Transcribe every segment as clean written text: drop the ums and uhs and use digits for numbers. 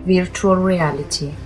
Virtual reality.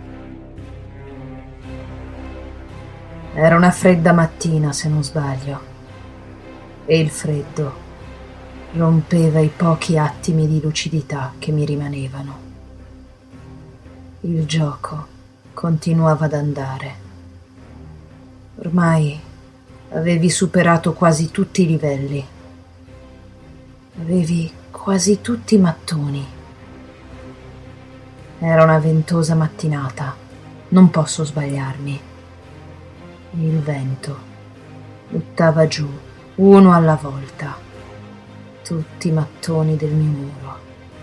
Era una fredda mattina, se non sbaglio, e il freddo rompeva i pochi attimi di lucidità che mi rimanevano. Il gioco continuava ad andare. Ormai avevi superato quasi tutti i livelli. Avevi quasi tutti i mattoni. Era una ventosa mattinata, non posso sbagliarmi. Il vento buttava giù, uno alla volta, tutti i mattoni del mio muro.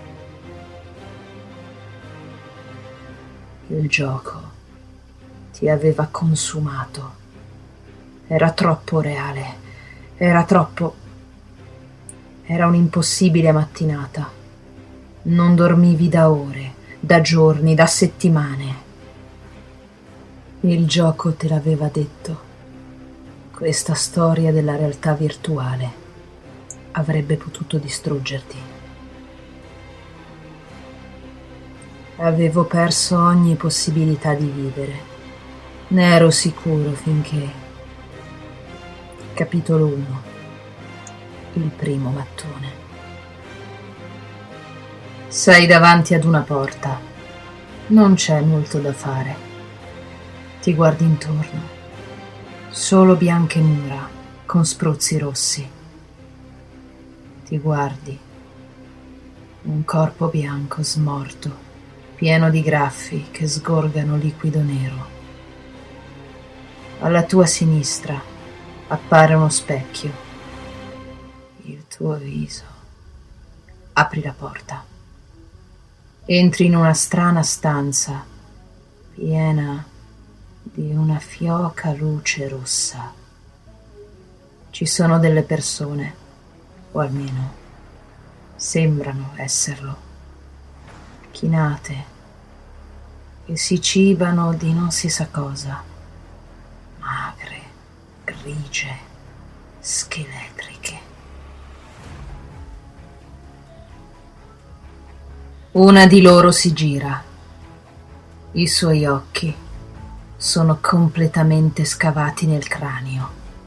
Il gioco ti aveva consumato. Era troppo reale, era un'impossibile mattinata. Non dormivi da ore, da giorni, da settimane. Il gioco te l'aveva detto. Questa storia della realtà virtuale avrebbe potuto distruggerti. Avevo perso ogni possibilità di vivere. Ne ero sicuro finché... Capitolo 1. Il primo mattone. Sei davanti ad una porta. Non c'è molto da fare. Ti guardi intorno. Solo bianche mura con spruzzi rossi. Ti guardi. Un corpo bianco smorto, pieno di graffi che sgorgano liquido nero. Alla tua sinistra appare uno specchio. Il tuo viso. Apri la porta. Entri in una strana stanza piena di una fioca luce rossa. Ci sono delle persone, o almeno sembrano esserlo, chinate, che si cibano di non si sa cosa, magre, grigie, scheletriche. Una di loro si gira. I suoi occhi sono completamente scavati nel cranio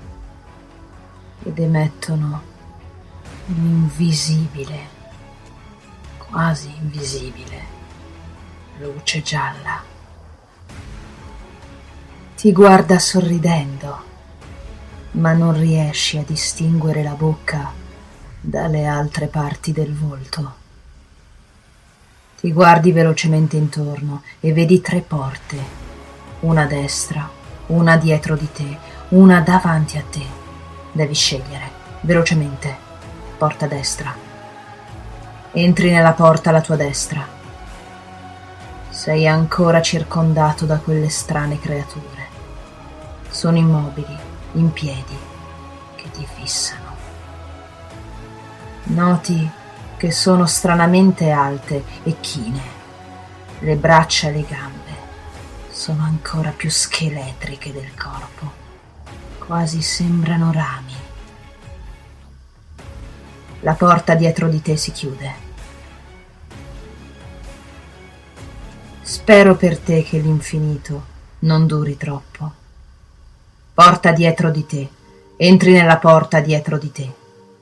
ed emettono un'invisibile, quasi invisibile, luce gialla. Ti guarda sorridendo, ma non riesci a distinguere la bocca dalle altre parti del volto. Ti guardi velocemente intorno e vedi 3 porte, una a destra, una dietro di te, una davanti a te. Devi scegliere, velocemente, porta a destra. Entri nella porta alla tua destra. Sei ancora circondato da quelle strane creature. Sono immobili, in piedi, che ti fissano. Noti che sono stranamente alte e chine. Le braccia e le gambe sono ancora più scheletriche del corpo, quasi sembrano rami. La porta dietro di te si chiude. Spero per te che l'infinito non duri troppo. Porta dietro di te. Entri nella porta dietro di te.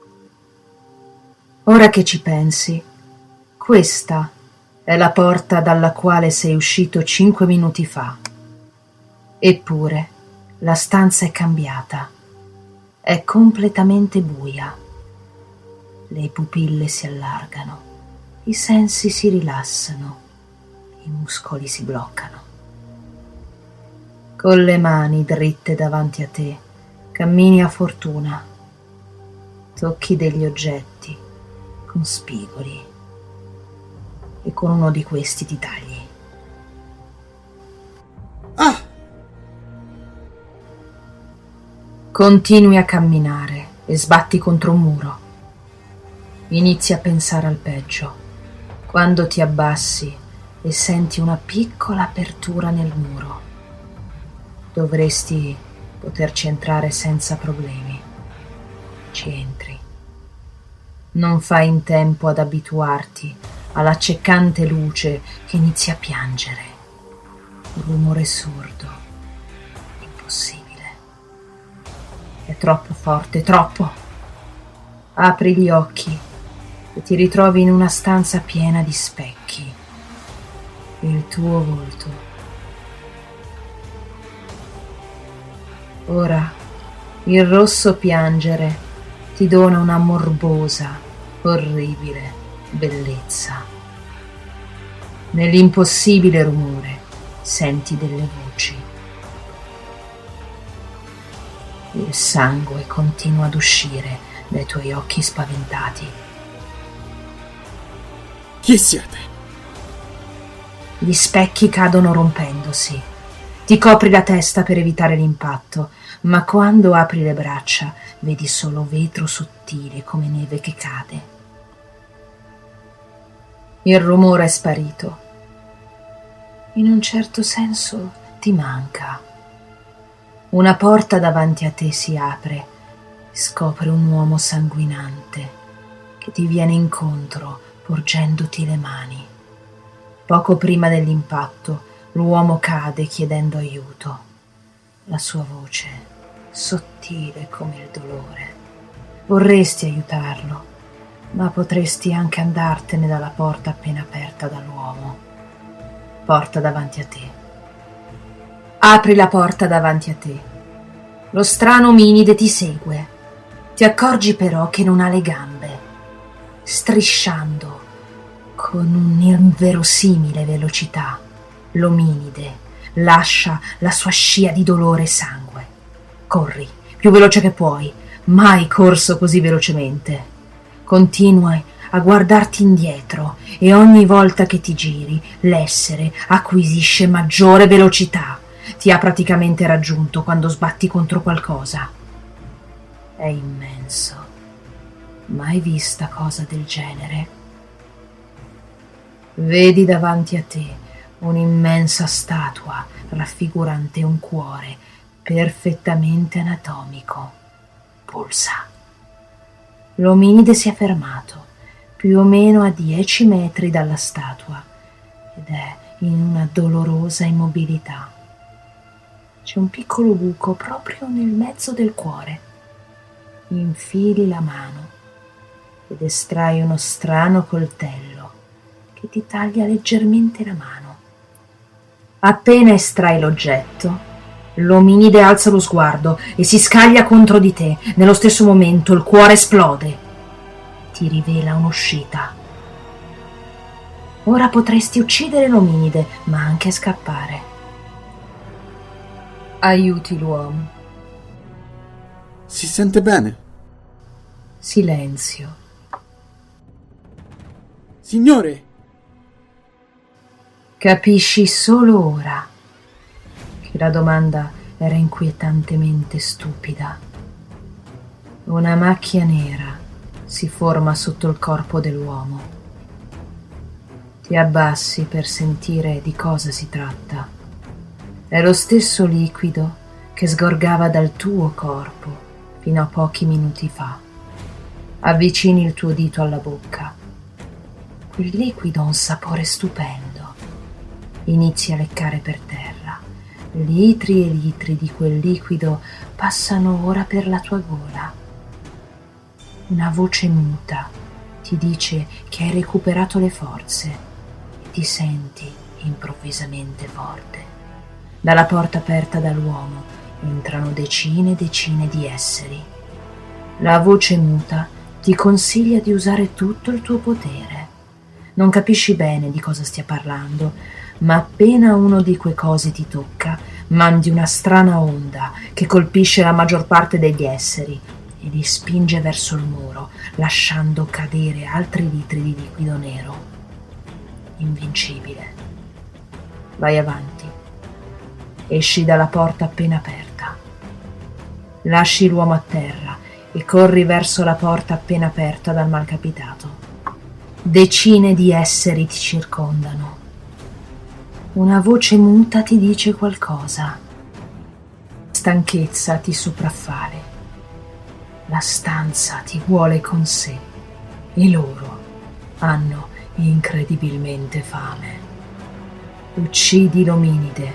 Ora che ci pensi, questa è la porta dalla quale sei uscito 5 minuti fa. Eppure la stanza è cambiata. È completamente buia. Le pupille si allargano, i sensi si rilassano, i muscoli si bloccano. Con le mani dritte davanti a te, cammini a fortuna. Tocchi degli oggetti con spigoli e con uno di questi ti tagli. Ah! Continui a camminare e sbatti contro un muro. Inizi a pensare al peggio, quando ti abbassi e senti una piccola apertura nel muro. Dovresti poterci entrare senza problemi. Ci entri. Non fai in tempo ad abituarti all'accecante luce che inizia a piangere. Un rumore sordo, impossibile. È troppo forte, troppo. Apri gli occhi e ti ritrovi in una stanza piena di specchi. Il tuo volto. Ora il rosso piangere ti dona una morbosa, orribile bellezza. Nell'impossibile rumore senti delle voci. Il sangue continua ad uscire dai tuoi occhi spaventati. Chi siete? Gli specchi cadono rompendosi. Ti copri la testa per evitare l'impatto, ma quando apri le braccia vedi solo vetro sottile come neve che cade. Il rumore è sparito. In un certo senso ti manca. Una porta davanti a te si apre e scopre un uomo sanguinante che ti viene incontro porgendoti le mani. Poco prima dell'impatto l'uomo cade chiedendo aiuto. La sua voce, sottile come il dolore. Vorresti aiutarlo, ma potresti anche andartene dalla porta appena aperta dall'uomo. Porta davanti a te. Apri la porta davanti a te. Lo strano ominide ti segue. Ti accorgi però che non ha le gambe. Strisciando con un'inverosimile velocità, l'ominide lascia la sua scia di dolore e sangue. Corri, più veloce che puoi. Mai corso così velocemente. Continui a guardarti indietro e ogni volta che ti giri l'essere acquisisce maggiore velocità. Ti ha praticamente raggiunto quando sbatti contro qualcosa. È immenso. Mai vista cosa del genere? Vedi davanti a te un'immensa statua raffigurante un cuore perfettamente anatomico. Pulsa. L'ominide si è fermato più o meno a 10 metri dalla statua ed è in una dolorosa immobilità. C'è un piccolo buco proprio nel mezzo del cuore. Infili la mano ed estrai uno strano coltello che ti taglia leggermente la mano. Appena estrai l'oggetto, l'ominide alza lo sguardo e si scaglia contro di te. Nello stesso momento il cuore esplode. Ti rivela un'uscita. Ora potresti uccidere l'ominide, ma anche scappare. Aiuti l'uomo. Si sente bene? Silenzio. Signore! Capisci solo ora che la domanda era inquietantemente stupida. Una macchia nera si forma sotto il corpo dell'uomo. Ti abbassi per sentire di cosa si tratta. È lo stesso liquido che sgorgava dal tuo corpo fino a pochi minuti fa. Avvicini il tuo dito alla bocca. Quel liquido ha un sapore stupendo. Inizi a leccare per terra. Litri e litri di quel liquido passano ora per la tua gola. Una voce muta ti dice che hai recuperato le forze e ti senti improvvisamente forte. Dalla porta aperta dall'uomo entrano decine e decine di esseri. La voce muta ti consiglia di usare tutto il tuo potere. Non capisci bene di cosa stia parlando, ma appena uno di quei cosi ti tocca, mandi una strana onda che colpisce la maggior parte degli esseri e li spinge verso il muro, lasciando cadere altri litri di liquido nero. Invincibile. Vai avanti. Esci dalla porta appena aperta. Lasci l'uomo a terra e corri verso la porta appena aperta dal malcapitato. Decine di esseri ti circondano. Una voce muta ti dice qualcosa. Stanchezza ti sopraffare. La stanza ti vuole con sé e loro hanno incredibilmente fame. Uccidi l'ominide.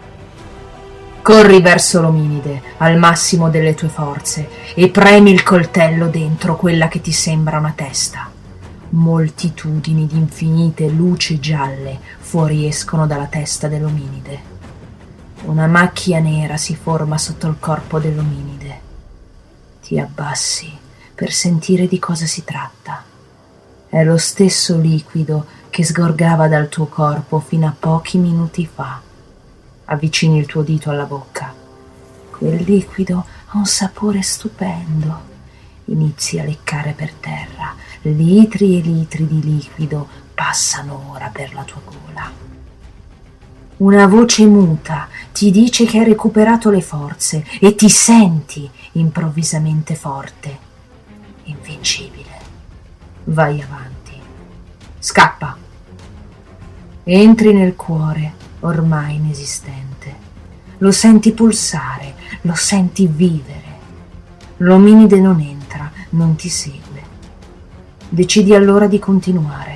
Corri verso l'ominide al massimo delle tue forze e premi il coltello dentro quella che ti sembra una testa. Moltitudini di infinite luci gialle fuoriescono dalla testa dell'ominide. Una macchia nera si forma sotto il corpo dell'ominide. Ti abbassi per sentire di cosa si tratta. È lo stesso liquido che sgorgava dal tuo corpo fino a pochi minuti fa. Avvicini il tuo dito alla bocca. Quel liquido ha un sapore stupendo. Inizi a leccare per terra. Litri e litri di liquido passano ora per la tua gola. Una voce muta ti dice che hai recuperato le forze e ti senti improvvisamente forte, invincibile. Vai avanti. Scappa. Entri nel cuore ormai inesistente. Lo senti pulsare, lo senti vivere. L'ominide non entra, non ti segue. Decidi allora di continuare.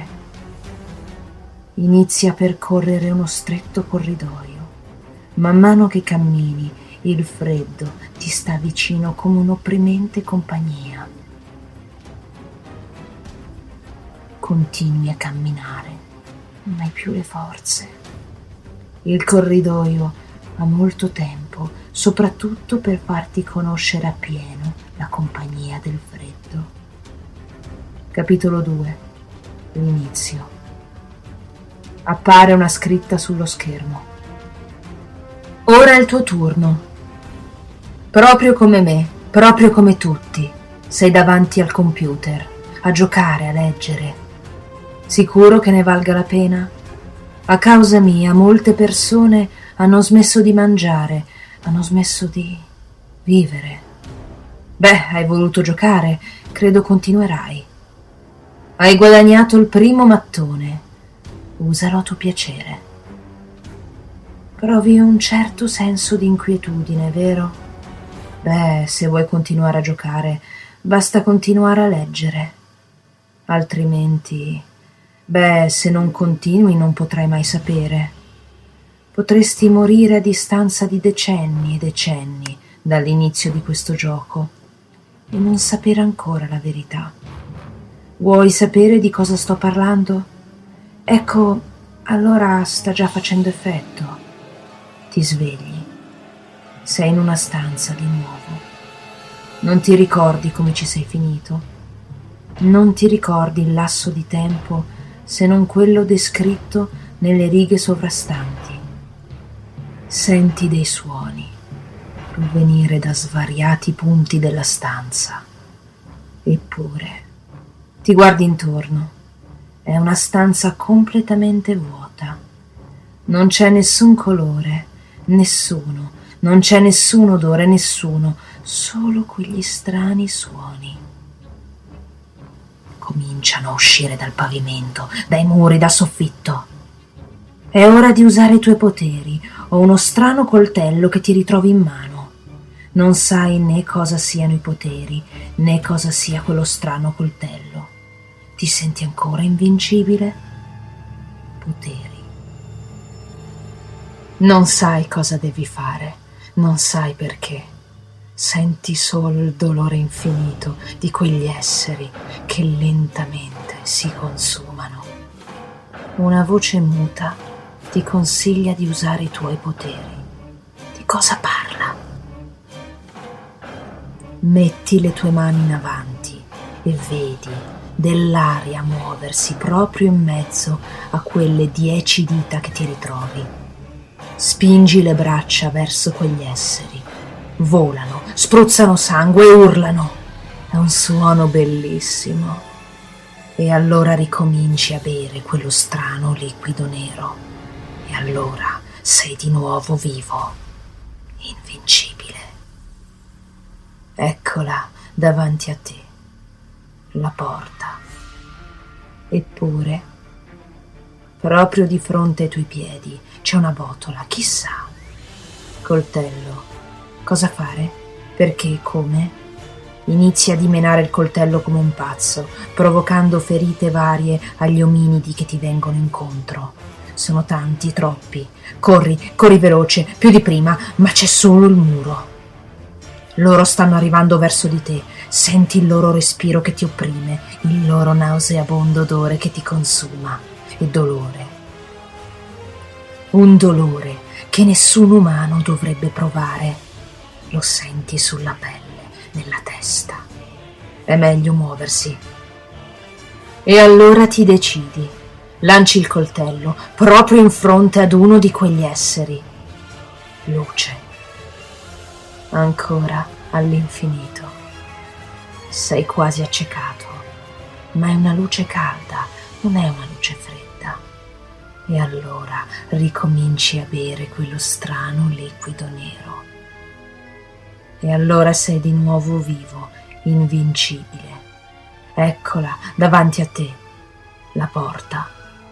Inizi a percorrere uno stretto corridoio. Man mano che cammini, il freddo ti sta vicino come un'opprimente compagnia. Continui a camminare, non hai più le forze. Il corridoio ha molto tempo, soprattutto per farti conoscere appieno la compagnia del freddo. Capitolo 2. L'inizio. Appare una scritta sullo schermo. Ora è il tuo turno. Proprio come me, proprio come tutti, sei davanti al computer, a giocare, a leggere. Sicuro che ne valga la pena? A causa mia molte persone hanno smesso di mangiare, hanno smesso di vivere. Beh, hai voluto giocare, credo continuerai. Hai guadagnato il primo mattone, usalo a tuo piacere. Provi un certo senso di inquietudine, vero? Beh, se vuoi continuare a giocare, basta continuare a leggere. Altrimenti... Beh, se non continui non potrai mai sapere. Potresti morire a distanza di decenni e decenni dall'inizio di questo gioco e non sapere ancora la verità. Vuoi sapere di cosa sto parlando? Ecco, allora sta già facendo effetto. Ti svegli. Sei in una stanza di nuovo. Non ti ricordi come ci sei finito? Non ti ricordi il lasso di tempo se non quello descritto nelle righe sovrastanti. Senti dei suoni provenire da svariati punti della stanza. Eppure, ti guardi intorno. È una stanza completamente vuota. Non c'è nessun colore, nessuno. Non c'è nessun odore, nessuno. Solo quegli strani suoni. Cominciano a uscire dal pavimento, dai muri, dal soffitto. È ora di usare i tuoi poteri. Ho uno strano coltello che ti ritrovi in mano. Non sai né cosa siano i poteri, né cosa sia quello strano coltello. Ti senti ancora invincibile? Poteri. Non sai cosa devi fare, non sai perché. Senti solo il dolore infinito di quegli esseri che lentamente si consumano. Una voce muta ti consiglia di usare i tuoi poteri. Di cosa parla? Metti le tue mani in avanti e vedi dell'aria muoversi proprio in mezzo a quelle 10 dita che ti ritrovi. Spingi le braccia verso quegli esseri. Volano, spruzzano sangue e urlano. È un suono bellissimo. E allora ricominci a bere quello strano liquido nero. E allora sei di nuovo vivo, invincibile. Eccola davanti a te, la porta. Eppure, proprio di fronte ai tuoi piedi c'è una botola, chissà. Coltello. Cosa fare? Perché? Come? Inizi a dimenare il coltello come un pazzo, provocando ferite varie agli ominidi che ti vengono incontro. Sono tanti, troppi. Corri veloce, più di prima, ma c'è solo il muro. Loro stanno arrivando verso di te. Senti il loro respiro che ti opprime, il loro nauseabondo odore che ti consuma. E dolore. Un dolore che nessun umano dovrebbe provare. Lo senti sulla pelle, nella testa. È meglio muoversi. E allora ti decidi. Lanci il coltello proprio in fronte ad uno di quegli esseri. Luce. Ancora all'infinito. Sei quasi accecato, ma è una luce calda, non è una luce fredda. E allora ricominci a bere quello strano liquido nero. E allora sei di nuovo vivo, invincibile. Eccola, davanti a te, la porta.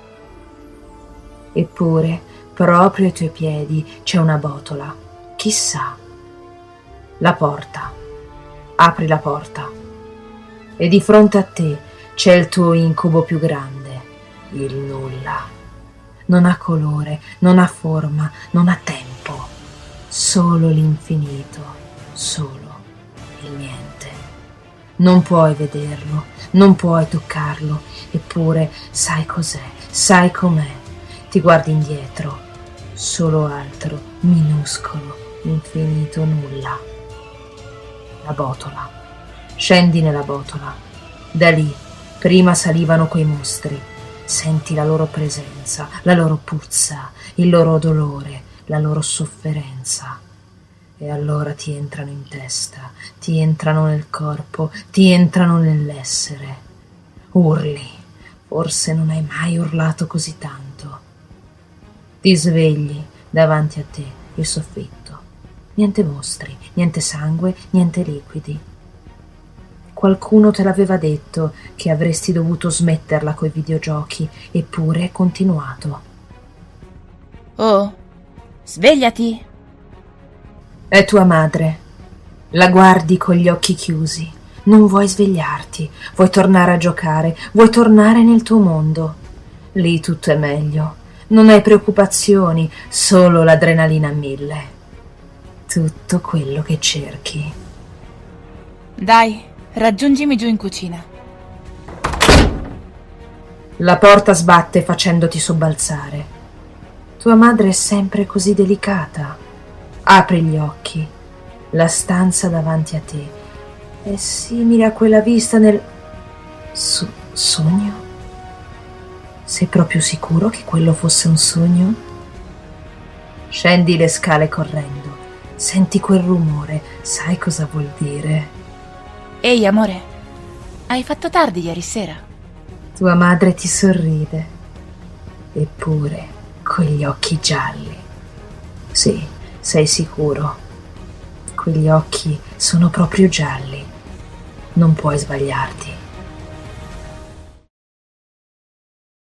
Eppure, proprio ai tuoi piedi c'è una botola. Chissà. La porta. Apri la porta. E di fronte a te c'è il tuo incubo più grande, il nulla. Non ha colore, non ha forma, non ha tempo. Solo l'infinito, solo il niente. Non puoi vederlo, non puoi toccarlo, eppure sai cos'è, sai com'è. Ti guardi indietro, solo altro, minuscolo, infinito nulla. La botola. Scendi nella botola. Da lì, prima salivano quei mostri. Senti la loro presenza, la loro puzza, il loro dolore, la loro sofferenza. E allora ti entrano in testa, ti entrano nel corpo, ti entrano nell'essere. Urli. Forse non hai mai urlato così tanto. Ti svegli davanti a te, il soffitto. Niente mostri, niente sangue, niente liquidi. Qualcuno te l'aveva detto che avresti dovuto smetterla coi videogiochi, eppure hai continuato. Oh, svegliati! È tua madre. La guardi con gli occhi chiusi. Non vuoi svegliarti, vuoi tornare a giocare, vuoi tornare nel tuo mondo. Lì tutto è meglio. Non hai preoccupazioni, solo l'adrenalina a 1000. Tutto quello che cerchi. Dai, raggiungimi giù in cucina. La porta sbatte facendoti sobbalzare. Tua madre è sempre così delicata. Apri gli occhi. La stanza davanti a te è simile a quella vista nel sogno? Sei proprio sicuro che quello fosse un sogno? Scendi le scale correndo. Senti quel rumore. Sai cosa vuol dire? Ehi, amore, hai fatto tardi ieri sera. Tua madre ti sorride. Eppure, quegli occhi gialli. Sì, sei sicuro. Quegli occhi sono proprio gialli. Non puoi sbagliarti.